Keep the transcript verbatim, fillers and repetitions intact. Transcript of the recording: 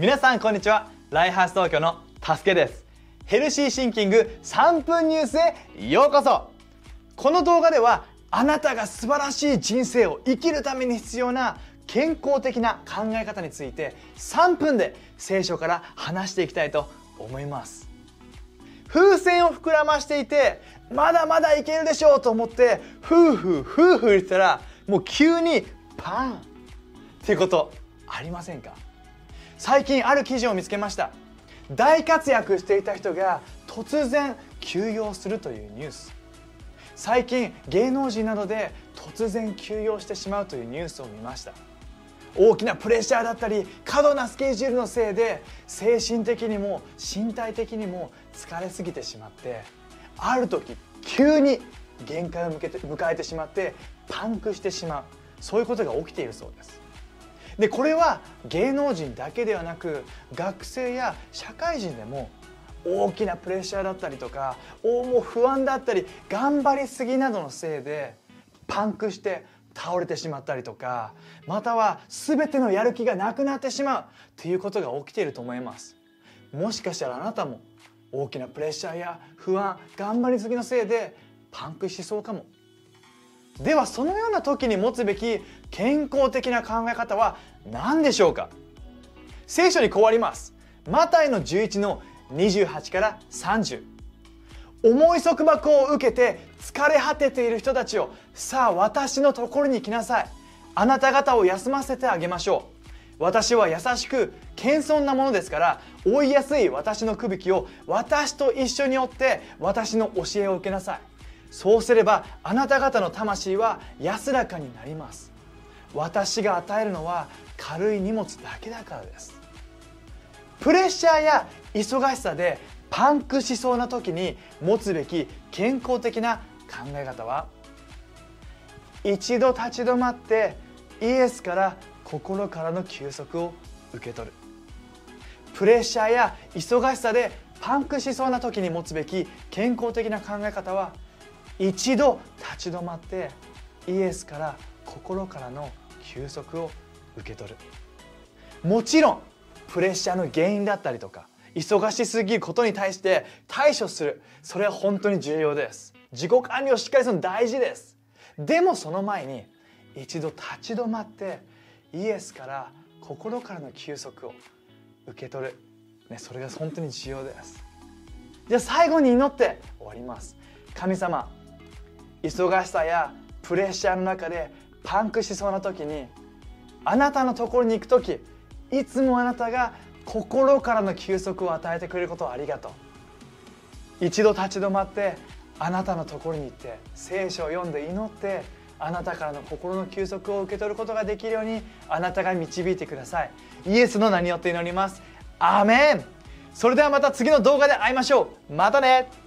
皆さんこんにちは。ライハース東京のたすけです。ヘルシーシンキングさんぷんニュースへようこそ。この動画ではあなたが素晴らしい人生を生きるために必要な健康的な考え方についてさんぷんで聖書から話していきたいと思います。風船を膨らましていてまだまだいけるでしょうと思ってフーフーフーフー言ってたらもう急にパンっていうことありませんか？最近ある記事を見つけました。大活躍していた人が突然休養するというニュース。最近芸能人などで突然休養してしまうというニュースを見ました。大きなプレッシャーだったり過度なスケジュールのせいで精神的にも身体的にも疲れすぎてしまってある時急に限界を向けて迎えてしまってパンクしてしまう、そういうことが起きているそうです。でこれは芸能人だけではなく学生や社会人でも大きなプレッシャーだったりとかもう不安だったり頑張りすぎなどのせいでパンクして倒れてしまったりとか、または全てのやる気がなくなってしまうということが起きていると思います。もしかしたらあなたも大きなプレッシャーや不安、頑張りすぎのせいでパンクしそうかも。ではそのような時に持つべき健康的な考え方は何でしょうか？聖書にこうあります。マタイのじゅういちのにじゅうはちからさんじゅう。重い束縛を受けて疲れ果てている人たちを、さあ私のところに来なさい。あなた方を休ませてあげましょう。私は優しく謙遜なものですから、追いやすい私のくびきを私と一緒に追って私の教えを受けなさい。そうすればあなた方の魂は安らかになります。私が与えるのは軽い荷物だけだからです。プレッシャーや忙しさでパンクしそうな時に持つべき健康的な考え方は、一度立ち止まってイエスから心からの休息を受け取る。プレッシャーや忙しさでパンクしそうな時に持つべき健康的な考え方は、一度立ち止まってイエスから心からの休息を受け取る。もちろんプレッシャーの原因だったりとか忙しすぎることに対して対処する、それは本当に重要です。自己管理をしっかりするの大事です。でもその前に一度立ち止まってイエスから心からの休息を受け取る、ね、それが本当に重要です。じゃあ最後に祈って終わります。神様、忙しさやプレッシャーの中でパンクしそうな時にあなたのところに行く時、いつもあなたが心からの休息を与えてくれることをありがとう。一度立ち止まってあなたのところに行って聖書を読んで祈ってあなたからの心の休息を受け取ることができるようにあなたが導いてください。イエスの名によって祈ります。アーメン。それではまた次の動画で会いましょう。またね。